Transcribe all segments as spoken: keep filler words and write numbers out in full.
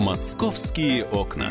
Московские окна.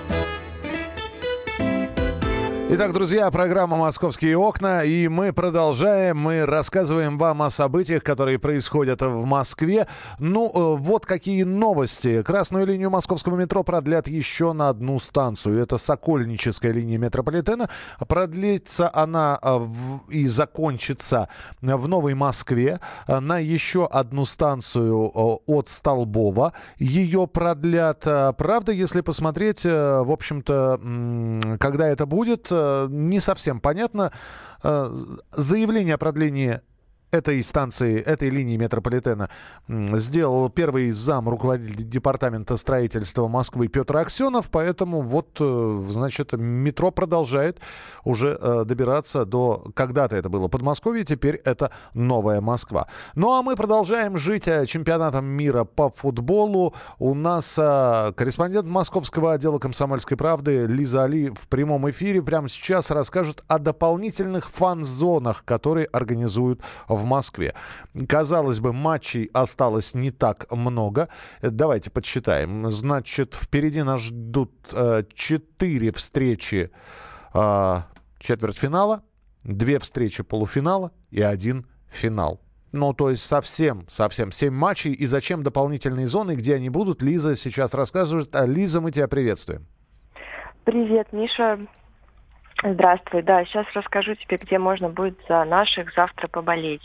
Итак, друзья, программа «Московские окна», и мы продолжаем, мы рассказываем вам о событиях, которые происходят в Москве. Ну, вот какие новости. Красную линию московского метро продлят еще на одну станцию. Это Сокольническая линия метрополитена. Продлится она в... и закончится в Новой Москве на еще одну станцию от Столбова. Ее продлят. Правда, если посмотреть, в общем-то, когда это будет, не совсем понятно. Заявление о продлении этой станции, этой линии метрополитена сделал первый зам руководителя департамента строительства Москвы Петр Аксенов, поэтому вот, значит, метро продолжает уже добираться до... Когда-то это было Подмосковье, теперь это Новая Москва. Ну а мы продолжаем жить чемпионатом мира по футболу. У нас корреспондент московского отдела «Комсомольской правды» Лиза Али в прямом эфире прямо сейчас расскажет о дополнительных фан-зонах, которые организуют в Москве. Казалось бы, матчей осталось не так много. Давайте подсчитаем. Значит, впереди нас ждут четыре встречи э, четвертьфинала, две встречи полуфинала и один финал. Ну, то есть совсем, совсем семь матчей. И зачем дополнительные зоны, где они будут, Лиза сейчас рассказывает. Лиза, мы тебя приветствуем. Привет, Миша. Здравствуй. Да, сейчас расскажу тебе, где можно будет за наших завтра поболеть.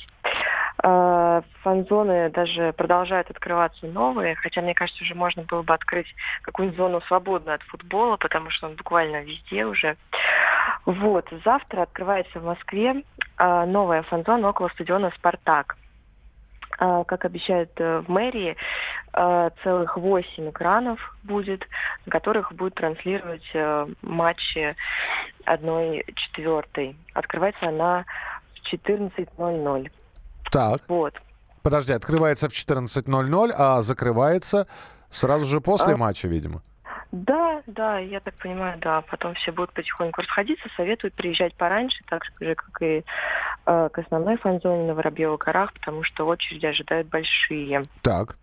Фан-зоны даже продолжают открываться новые, хотя, мне кажется, уже можно было бы открыть какую-нибудь зону свободную от футбола, потому что он буквально везде уже. Вот, завтра открывается в Москве новая фан-зона около стадиона «Спартак». Как обещают в мэрии, целых восемь экранов будет, на которых будут транслировать матчи одной четвертой. Открывается она в четырнадцать ноль ноль. Так. Вот. Подожди, открывается в четырнадцать ноль ноль, а закрывается сразу же после а... матча, видимо. Да, да, я так понимаю, да. Потом все будут потихоньку расходиться. Советуют приезжать пораньше, так же, как и э, к основной фан-зоне на Воробьевых горах, потому что очереди ожидают большие. Так.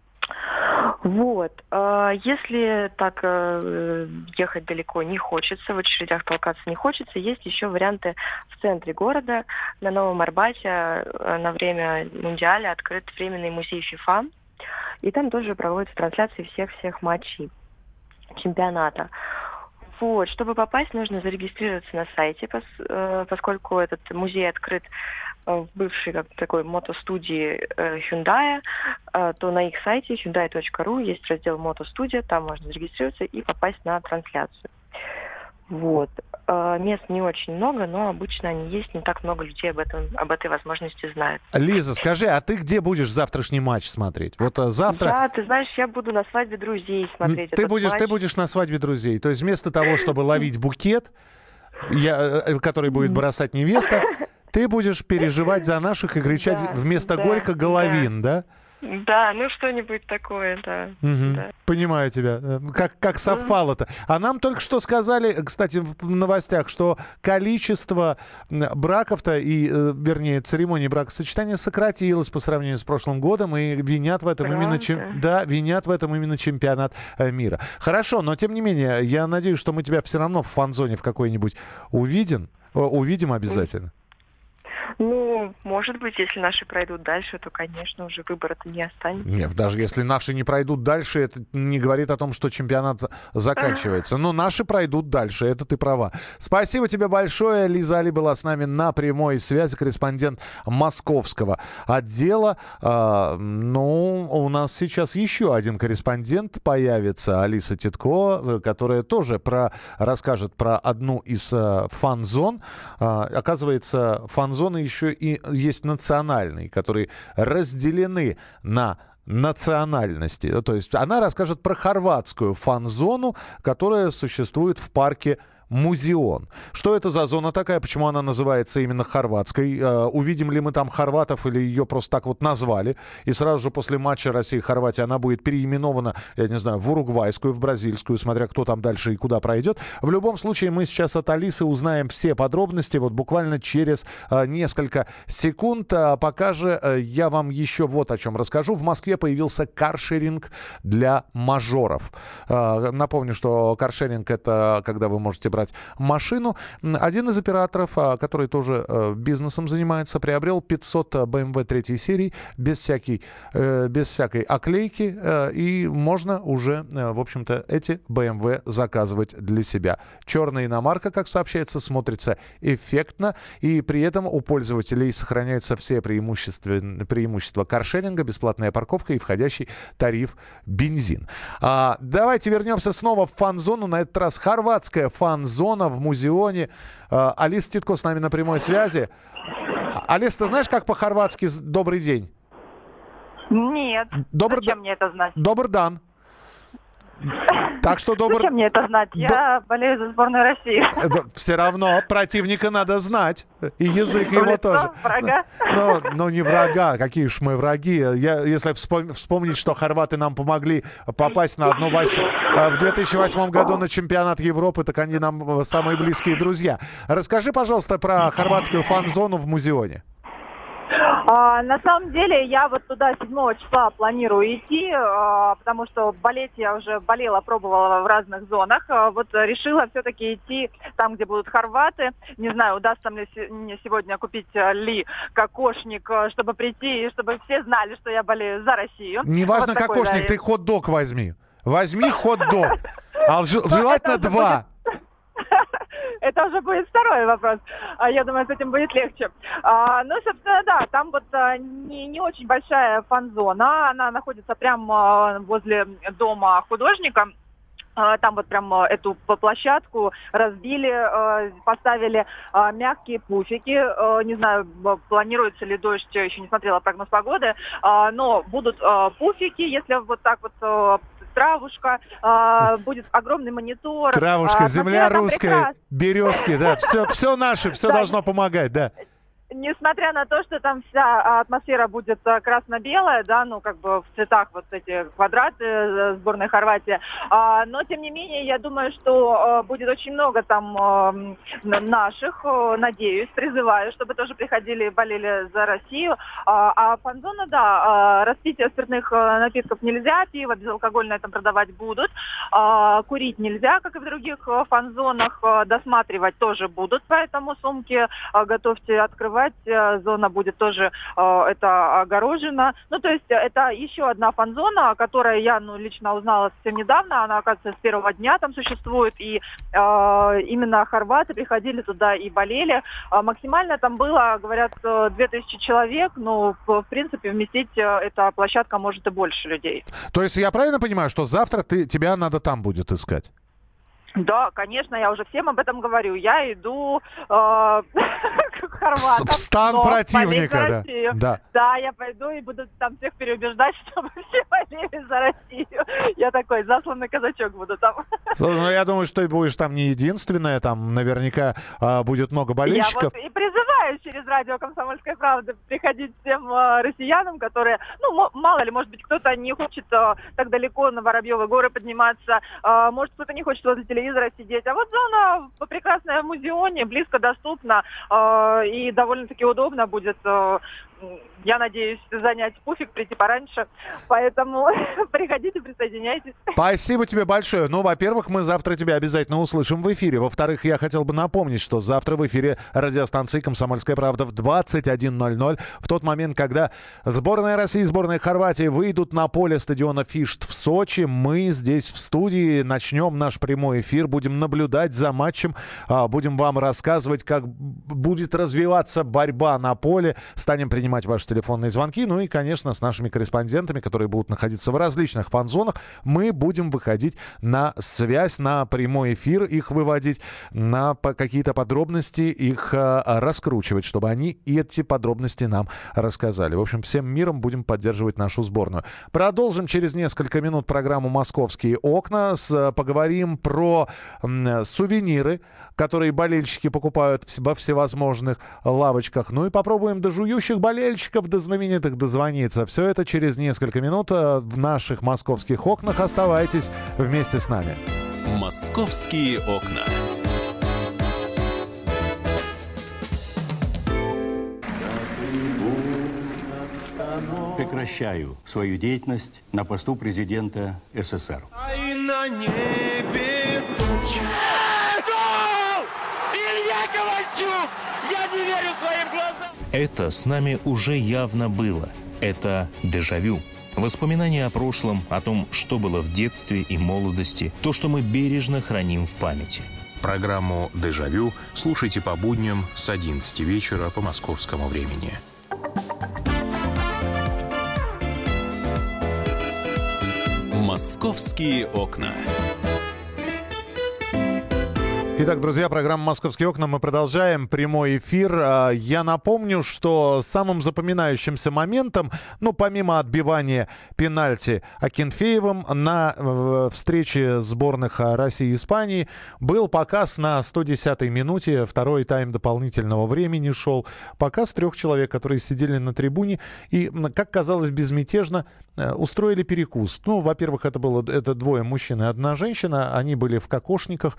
Вот. Э, если так э, ехать далеко не хочется, в очередях толкаться не хочется, есть еще варианты в центре города. На Новом Арбате э, на время Мундиаля открыт временный музей ФИФА. И там тоже проводятся трансляции всех-всех матчей чемпионата. Вот. Чтобы попасть, нужно зарегистрироваться на сайте, пос, э, поскольку этот музей открыт э, в бывшей как, такой мотостудии э, Hyundai, э, то на их сайте hyundai точка ру есть раздел «Мотостудия», там можно зарегистрироваться и попасть на трансляцию. Вот. Э, мест не очень много, но обычно они есть, не так много людей об этом, об этой возможности знают. Лиза, скажи, а ты где будешь завтрашний матч смотреть? Вот а, завтра... Я, ты знаешь, я буду на свадьбе друзей смотреть ты этот будешь, матч. Ты будешь на свадьбе друзей. То есть вместо того, чтобы ловить букет, я, который будет бросать невеста, ты будешь переживать за наших и кричать да, вместо да, Горько Головин, да? да? Да, ну что-нибудь такое, да. Угу. да. Понимаю тебя. Как, как совпало-то. А нам только что сказали, кстати, в новостях, что количество браков-то и, вернее, церемоний бракосочетания сократилось по сравнению с прошлым годом, и винят в этом Правда? именно чем... да, винят в этом именно чемпионат мира. Хорошо, но тем не менее, я надеюсь, что мы тебя все равно в фан-зоне в какой-нибудь увидим. Увидим обязательно. Ну, может быть, если наши пройдут дальше, то, конечно, уже выбора-то не останется. Нет, даже если наши не пройдут дальше, это не говорит о том, что чемпионат заканчивается. Но наши пройдут дальше, это ты права. Спасибо тебе большое. Лиза Али была с нами на прямой связи, корреспондент московского отдела. А, ну, у нас сейчас еще один корреспондент появится, Алиса Титко, которая тоже про, расскажет про одну из а, фан-зон. А, оказывается, фан-зоны еще и есть национальные, которые разделены на национальности. То есть она расскажет про хорватскую фан-зону, которая существует в парке Музеон. Что это за зона такая? Почему она называется именно хорватской? Э, увидим ли мы там хорватов или ее просто так вот назвали? И сразу же после матча России-Хорватия она будет переименована, я не знаю, в уругвайскую, в бразильскую, смотря кто там дальше и куда пройдет. В любом случае, мы сейчас от Алисы узнаем все подробности вот буквально через э, несколько секунд. А пока же э, я вам еще вот о чем расскажу. В Москве появился каршеринг для мажоров. Э, напомню, что каршеринг — это когда вы можете брать машину. Один из операторов, который тоже э, бизнесом занимается, приобрел пятьсот бэ эм вэ третьей серии без всякой, э, без всякой оклейки. Э, и можно уже, э, в общем-то, эти бэ эм вэ заказывать для себя. Черная иномарка, как сообщается, смотрится эффектно. И при этом у пользователей сохраняются все преимущества, преимущества каршеринга, бесплатная парковка и входящий тариф бензин. А, давайте вернемся снова в фан-зону. На этот раз хорватская фан-зона. Зона в Музеоне. Алиса Титко с нами на прямой связи. Алис, ты знаешь, как по-хорватски «добрый день»? Нет. Добр... Зачем мне это знать? Добр дан. Так что добр... Зачем мне это знать? Я До... болею за сборную России. Все равно противника надо знать. И язык его тоже. Врага? Ну, ну, не врага. Какие уж мы враги. Я, если вспом... вспомнить, что хорваты нам помогли попасть на одну вось... в две тысячи восьмом году на чемпионат Европы, так они нам самые близкие друзья. Расскажи, пожалуйста, про хорватскую фан-зону в Музеоне. А, на самом деле я вот туда седьмого числа планирую идти, а, потому что болеть я уже болела, пробовала в разных зонах. А, вот решила все-таки идти там, где будут хорваты. Не знаю, удастся мне сегодня купить ли кокошник, чтобы прийти, и чтобы все знали, что я болею за Россию. Неважно вот кокошник, да, ты хот-дог возьми. Возьми хот-дог. А желательно два. Это уже будет второй вопрос. Я думаю, с этим будет легче. А, ну, собственно, да, там вот не, не очень большая фан-зона. Она находится прямо возле дома художника. Там вот прям эту площадку разбили, поставили мягкие пуфики. Не знаю, планируется ли дождь, еще не смотрела прогноз погоды. Но будут пуфики, если вот так вот... Травушка, э, будет огромный монитор. Травушка, э, земля русская, прекрас... березки, да, все, все наше, все должно помогать, да. Несмотря на то, что там вся атмосфера будет красно-белая, да, ну, как бы в цветах вот эти квадраты сборной Хорватии, а, но, тем не менее, я думаю, что а, будет очень много там а, наших, а, надеюсь, призываю, чтобы тоже приходили и болели за Россию. А, а фан-зона, да, а, распитие спиртных напитков нельзя, пиво безалкогольное там продавать будут, а, курить нельзя, как и в других фан-зонах, а, досматривать тоже будут, поэтому сумки а, готовьте открывать. Зона будет тоже э, это огорожена. Ну, то есть это еще одна фан-зона, которая я ну, лично узнала совсем недавно. Она, оказывается, с первого дня там существует. И э, именно хорваты приходили туда и болели. А максимально там было, говорят, две тысячи человек. Но, в, в принципе, вместить эта площадка может и больше людей. То есть я правильно понимаю, что завтра ты, тебя надо там будет искать? Да, конечно, я уже всем об этом говорю. Я иду э, к хорватам. В стан противника, да. да. Да, я пойду и буду там всех переубеждать, чтобы все болели за Россию. Я такой засланный казачок буду там. Ну, я думаю, что ты будешь там не единственная. Там наверняка э, будет много болельщиков. Я вот и призываю через радио «Комсомольская правда» приходить всем э, россиянам, которые, ну, м- мало ли, может быть, кто-то не хочет э, так далеко на Воробьевы горы подниматься, э, может, кто-то не хочет возле телевизора сидеть. А вот зона прекрасная в Музеоне, близко доступна э, и довольно-таки удобно будет, э, я надеюсь, занять пуфик, прийти пораньше. Поэтому приходите, присоединяйтесь. Спасибо тебе большое. Ну, во-первых, мы завтра тебя обязательно услышим в эфире. Во-вторых, я хотел бы напомнить, что завтра в эфире радиостанции «Комсомольская правда» в двадцать один ноль ноль, в тот момент, когда сборная России и сборная Хорватии выйдут на поле стадиона «Фишт» в Сочи, мы здесь в студии начнем наш прямой эфир, будем наблюдать за матчем, будем вам рассказывать, как будет развиваться борьба на поле, станем принимать ваши телефонные звонки, ну и, конечно, с нашими корреспондентами, которые будут находиться в различных фан-зонах, мы будем выходить на связь, на прямой эфир, их выводить, на какие-то подробности их раскручивать, чтобы они эти подробности нам рассказали. В общем, всем миром будем поддерживать нашу сборную. Продолжим через несколько минут программу «Московские окна». С, поговорим про про м, сувениры, которые болельщики покупают во всевозможных лавочках. Ну и попробуем до жующих болельщиков, до знаменитых дозвониться. Все это через несколько минут в наших московских окнах. Оставайтесь вместе с нами. «Московские окна». Прекращаю свою деятельность на посту президента СССР. А и на небе тучи. Илья Ковальчук! Я не верю своим глазам! Это с нами уже явно было. Это дежавю. Воспоминания о прошлом, о том, что было в детстве и молодости, то, что мы бережно храним в памяти. Программу «Дежавю» слушайте по будням с одиннадцати вечера по московскому времени. «Московские окна». Итак, друзья, программа «Московские окна». Мы продолжаем прямой эфир. Я напомню, что самым запоминающимся моментом, ну, помимо отбивания пенальти Акинфеевым на э, встрече сборных России и Испании, был показ на сто десятой минуте. Второй тайм дополнительного времени шел. Показ трех человек, которые сидели на трибуне и, как казалось, безмятежно э, устроили перекус. Ну, во-первых, это было это двое мужчин и одна женщина. Они были в кокошниках.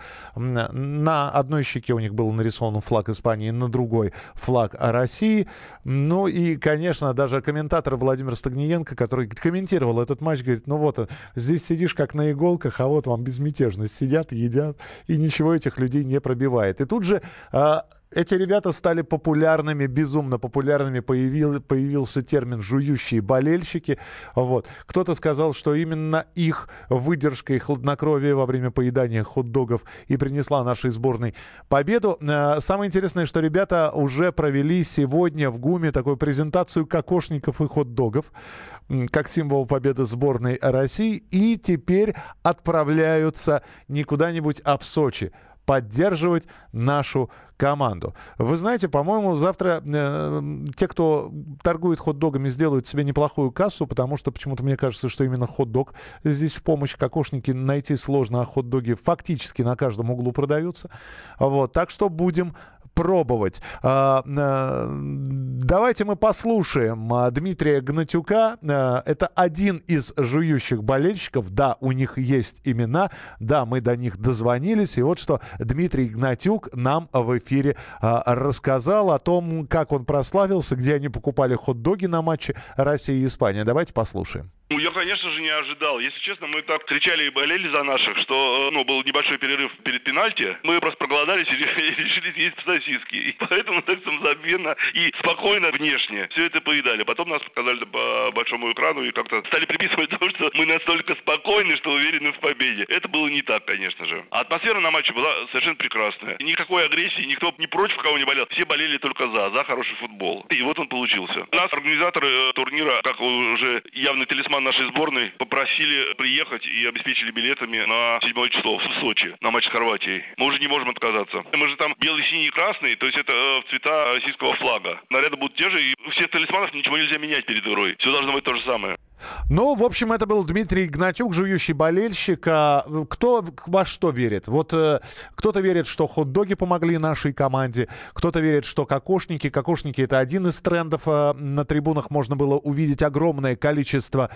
На одной щеке у них был нарисован флаг Испании, на другой флаг России. Ну и, конечно, даже комментатор Владимир Стагниенко, который комментировал этот матч, говорит, ну вот, здесь сидишь как на иголках, а вот вам безмятежность. Сидят, едят, и ничего этих людей не пробивает. И тут же... А, эти ребята стали популярными, безумно популярными. Появил, появился термин «жующие болельщики». Вот. Кто-то сказал, что именно их выдержка и хладнокровие во время поедания хот-догов и принесла нашей сборной победу. Самое интересное, что ребята уже провели сегодня в ГУМе такую презентацию кокошников и хот-догов как символ победы сборной России. И теперь отправляются не куда-нибудь, а в Сочи поддерживать нашу команду. Вы знаете, по-моему, завтра э, те, кто торгует хот-догами, сделают себе неплохую кассу, потому что почему-то мне кажется, что именно хот-дог здесь в помощь. Кокошники найти сложно, а хот-доги фактически на каждом углу продаются. Вот. Так что будем пробовать. А, а, давайте мы послушаем а, Дмитрия Гнатюка. А, это один из жующих болельщиков. Да, у них есть имена. Да, мы до них дозвонились. И вот что Дмитрий Гнатюк нам в эфире а, рассказал о том, как он прославился, где они покупали хот-доги на матче Россия и Испания. Давайте послушаем. Ну, я, конечно же, не ожидал. Если честно, мы так кричали и болели за наших, что, ну, был небольшой перерыв перед пенальти. Мы просто проголодались и решили съесть сосиски. И поэтому так самозабвенно и спокойно внешне все это поедали. Потом нас показали по большому экрану и как-то стали приписывать то, что мы настолько спокойны, что уверены в победе. Это было не так, конечно же. А атмосфера на матче была совершенно прекрасная. Никакой агрессии, никто не против кого не болел. Все болели только за, за хороший футбол. И вот он получился. Нас, организаторы турнира, как уже явный талисман нашей сборной, попросили приехать и обеспечили билетами на седьмое число в Сочи на матч с Хорватией. Мы уже не можем отказаться. Мы же там белый, синий и красный, то есть это в цвета российского флага. Наряды будут те же, и у всех талисманов ничего нельзя менять перед игрой. Все должно быть то же самое. Ну, в общем, это был Дмитрий Гнатюк, жующий болельщик. А кто во что верит? Вот э, кто-то верит, что хот-доги помогли нашей команде, кто-то верит, что кокошники. Кокошники — это один из трендов. Э, на трибунах можно было увидеть огромное количество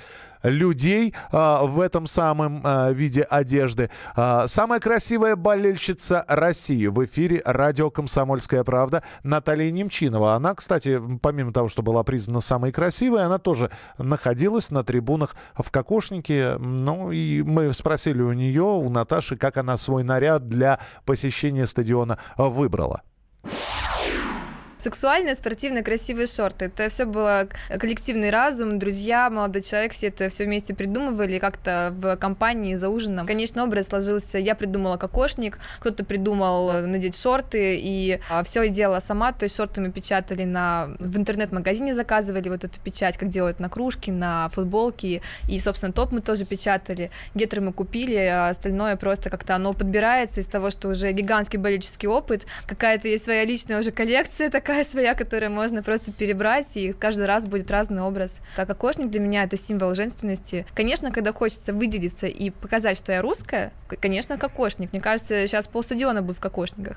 людей э, в этом самом э, виде одежды. Э, самая красивая болельщица России в эфире радио «Комсомольская правда» Наталья Немчинова. Она, кстати, помимо того, что была признана самой красивой, она тоже находилась на трибунах в кокошнике. Ну, и мы спросили у нее, у Наташи, как она свой наряд для посещения стадиона выбрала. Сексуальные, спортивные, красивые шорты. Это все было коллективный разум, друзья, молодой человек, все это все вместе придумывали как-то в компании за ужином. Конечно, образ сложился. Я придумала кокошник, кто-то придумал надеть шорты, и все делала сама. То есть шорты мы печатали на... в интернет-магазине, заказывали вот эту печать, как делают на кружки, на футболки. И, собственно, топ мы тоже печатали. Гетры мы купили, а остальное просто как-то оно подбирается из того, что уже гигантский болельческий опыт. Какая-то есть своя личная уже коллекция такая, такая своя, которую можно просто перебрать, и каждый раз будет разный образ. Так, кокошник для меня — это символ женственности. Конечно, когда хочется выделиться и показать, что я русская, конечно, кокошник. Мне кажется, сейчас полстадиона будут в кокошниках.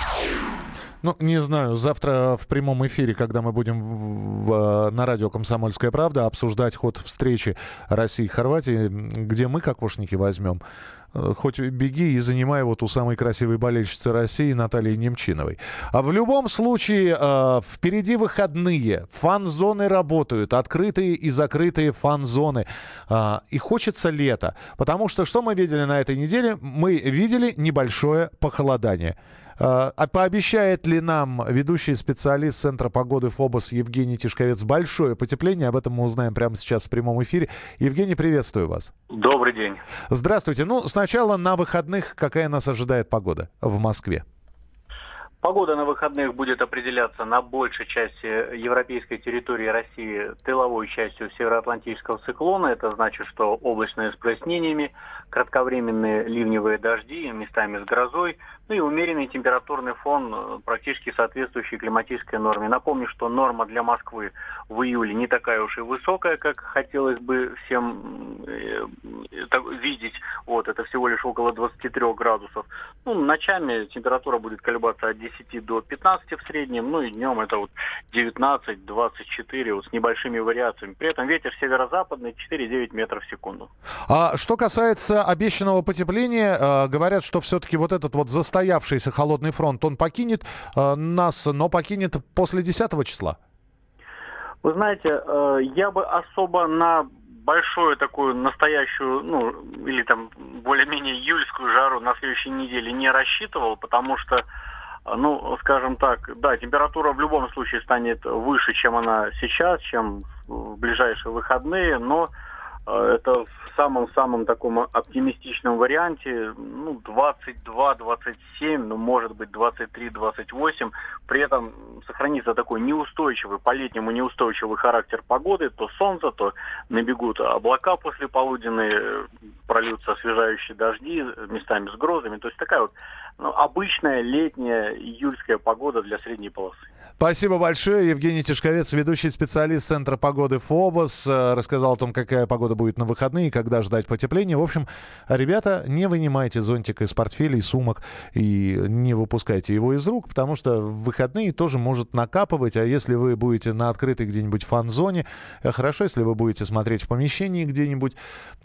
Ну, не знаю, завтра в прямом эфире, когда мы будем в, в, на радио «Комсомольская правда» обсуждать ход встречи России и Хорватии, где мы кокошники возьмем, хоть беги и занимай вот у самой красивой болельщицы России Натальи Немчиновой. А в любом случае, э, впереди выходные, фан-зоны работают, открытые и закрытые фан-зоны. Э, и хочется лета, потому что что мы видели на этой неделе? Мы видели небольшое похолодание. А пообещает ли нам ведущий специалист Центра погоды ФОБОС Евгений Тишковец большое потепление? Об этом мы узнаем прямо сейчас в прямом эфире. Евгений, приветствую вас. Добрый день. Здравствуйте. Ну, сначала на выходных какая нас ожидает погода в Москве? Погода на выходных будет определяться на большей части европейской территории России тыловой частью североатлантического циклона. Это значит, что облачное с прояснениями, кратковременные ливневые дожди, местами с грозой, ну и умеренный температурный фон, практически соответствующий климатической норме. Напомню, что норма для Москвы в июле не такая уж и высокая, как хотелось бы всем э, э, видеть. Вот, это всего лишь около двадцати трёх градусов. Ну, ночами температура будет колебаться от десяти до пятнадцати в среднем, ну и днем это вот девятнадцать двадцать четыре, вот с небольшими вариациями. При этом ветер северо-западный четыре-девять метров в секунду. А что касается обещанного потепления, э, говорят, что все-таки вот этот вот застоявшийся холодный фронт, он покинет э, нас, но покинет после десятого числа. Вы знаете, э, я бы особо на большую такую настоящую, ну, или там более-менее июльскую жару на следующей неделе не рассчитывал, потому что, ну, скажем так, да, температура в любом случае станет выше, чем она сейчас, чем в ближайшие выходные, но э, это в самом-самом таком оптимистичном варианте, ну, двадцать два двадцать семь, ну, может быть, двадцать три двадцать восемь. При этом сохранится такой неустойчивый, по-летнему неустойчивый характер погоды. То солнце, то набегут облака послеполуденные, прольются освежающие дожди, местами с грозами. То есть такая вот, ну, обычная летняя июльская погода для средней полосы. Спасибо большое. Евгений Тишковец, ведущий специалист Центра погоды ФОБОС, рассказал о том, какая погода будет на выходные, когда ждать потепления. В общем, ребята, не вынимайте зонтик из портфелей, сумок и не выпускайте его из рук, потому что в выходные тоже может накапывать. А если вы будете на открытой где-нибудь фан-зоне, хорошо, если вы будете смотреть в помещении где-нибудь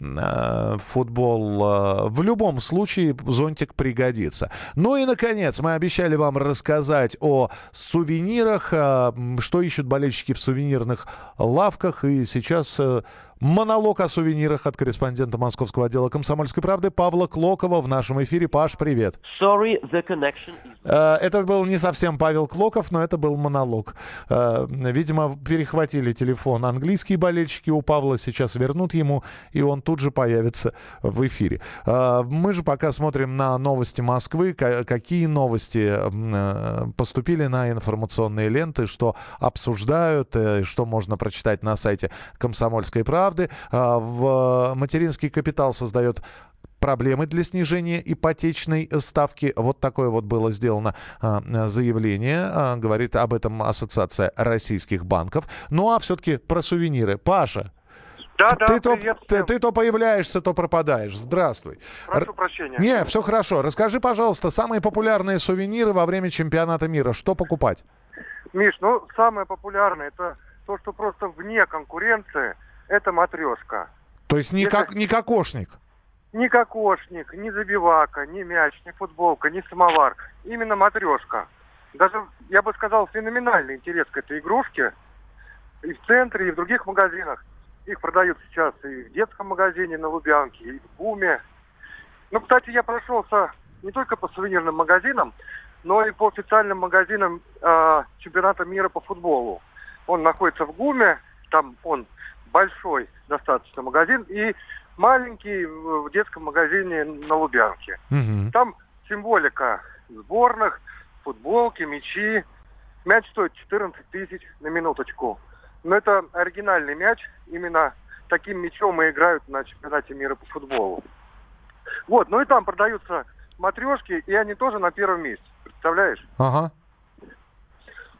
э, футбол, э, в любом случае зонтик пригодится. Ну и, наконец, мы обещали вам рассказать о сувенирах, что ищут болельщики в сувенирных лавках. И сейчас монолог о сувенирах от корреспондента московского отдела «Комсомольской правды» Павла Клокова в нашем эфире. Паш, привет. Sorry, the connection is... Это был не совсем Павел Клоков, но это был монолог. Видимо, перехватили телефон английские болельщики у Павла, сейчас вернут ему, и он тут же появится в эфире. Мы же пока смотрим на новости Москвы. Какие новости поступили на информационные ленты, что обсуждают, что можно прочитать на сайте «Комсомольской правды». В материнский капитал создает проблемы для снижения ипотечной ставки. Вот такое вот было сделано заявление. Говорит об этом Ассоциация российских банков. Ну а все-таки про сувениры. Паша, да, да, ты, то, привет ты, ты то появляешься, то пропадаешь. Здравствуй. Прошу прощения. Не, все хорошо. Расскажи, пожалуйста, самые популярные сувениры во время чемпионата мира. Что покупать? Миш, ну самое популярное это то, что просто вне конкуренции. Это матрешка. То есть не, как, Это... не кокошник? Ни кокошник, ни забивака, ни мяч, ни футболка, ни самовар. Именно матрешка. Даже, я бы сказал, феноменальный интерес к этой игрушке. И в центре, и в других магазинах. Их продают сейчас и в детском магазине на Лубянке, и в БУМе. Ну, кстати, я прошелся не только по сувенирным магазинам, но и по официальным магазинам э, чемпионата мира по футболу. Он находится в ГУМе, там он... большой достаточно магазин, и маленький в детском магазине на Лубянке. Угу. Там символика сборных, футболки, мячи. Мяч стоит четырнадцать тысяч на минуточку. Но это оригинальный мяч. Именно таким мячом и играют на чемпионате мира по футболу. Вот, ну и там продаются матрешки, и они тоже на первом месте. Представляешь? Ага.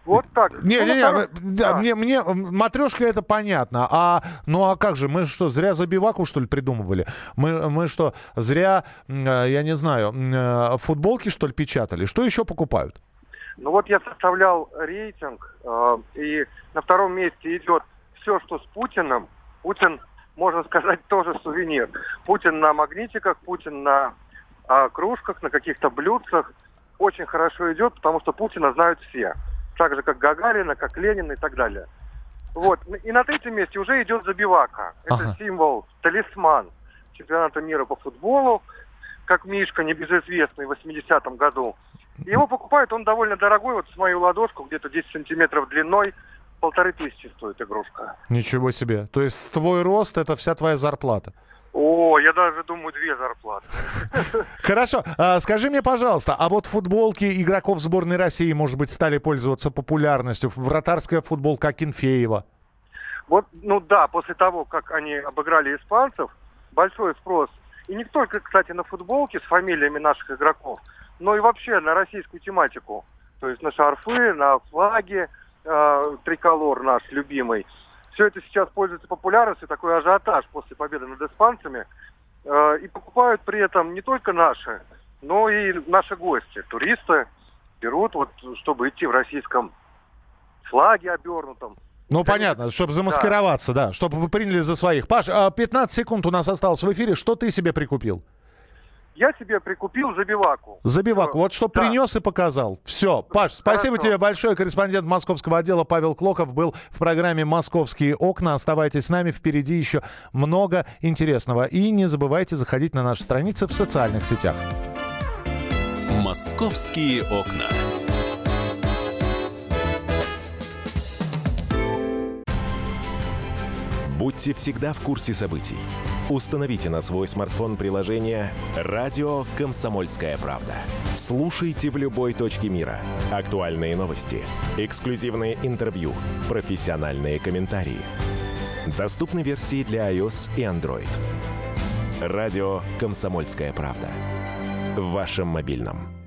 Вот так. Не-не-не, Ну, да, да. мне, мне матрешка это понятно. А, ну а как же, мы что, зря забиваку, что ли, придумывали? Мы, мы что, зря, я не знаю, футболки, что ли, печатали? Что еще покупают? Ну вот я составлял рейтинг, э, и на втором месте идет все, что с Путиным. Путин, можно сказать, тоже сувенир. Путин на магнитиках, Путин на э, кружках, на каких-то блюдцах. Очень хорошо идет, потому что Путина знают все. Так же, как Гагарина, как Ленина и так далее. Вот. И на третьем месте уже идет забивака. Это ага. символ, талисман чемпионата мира по футболу, как Мишка, небезызвестный в восьмидесятом году. Его покупают, он довольно дорогой, вот с мою ладошку, где-то десять сантиметров длиной, полторы тысячи стоит игрушка. Ничего себе. То есть твой рост — это вся твоя зарплата? О, я даже думаю, две зарплаты. Хорошо. А, скажи мне, пожалуйста, а вот футболки игроков сборной России, может быть, стали пользоваться популярностью? Вратарская футболка Акинфеева. Вот, ну да, после того, как они обыграли испанцев, большой спрос. И не только, кстати, на футболки с фамилиями наших игроков, но и вообще на российскую тематику. То есть на шарфы, на флаги, э, триколор наш любимый. Все это сейчас пользуется популярностью, такой ажиотаж после победы над испанцами. Э, и покупают при этом не только наши, но и наши гости. Туристы берут, вот, чтобы идти в российском флаге обернутом. Ну, понятно, чтобы замаскироваться, да, да, чтобы вы приняли за своих. Паш, пятнадцать секунд у нас осталось в эфире. Что ты себе прикупил? Я себе прикупил забиваку. Забиваку. Вот что да. принес и показал. Все. Паш, спасибо Хорошо. тебе большое. Корреспондент московского отдела Павел Клоков был в программе «Московские окна». Оставайтесь с нами. Впереди еще много интересного. И не забывайте заходить на наши страницы в социальных сетях. «Московские окна». Будьте всегда в курсе событий. Установите на свой смартфон приложение «Радио Комсомольская правда». Слушайте в любой точке мира. Актуальные новости, эксклюзивные интервью, профессиональные комментарии. Доступны версии для iOS и Android. «Радио Комсомольская правда». В вашем мобильном.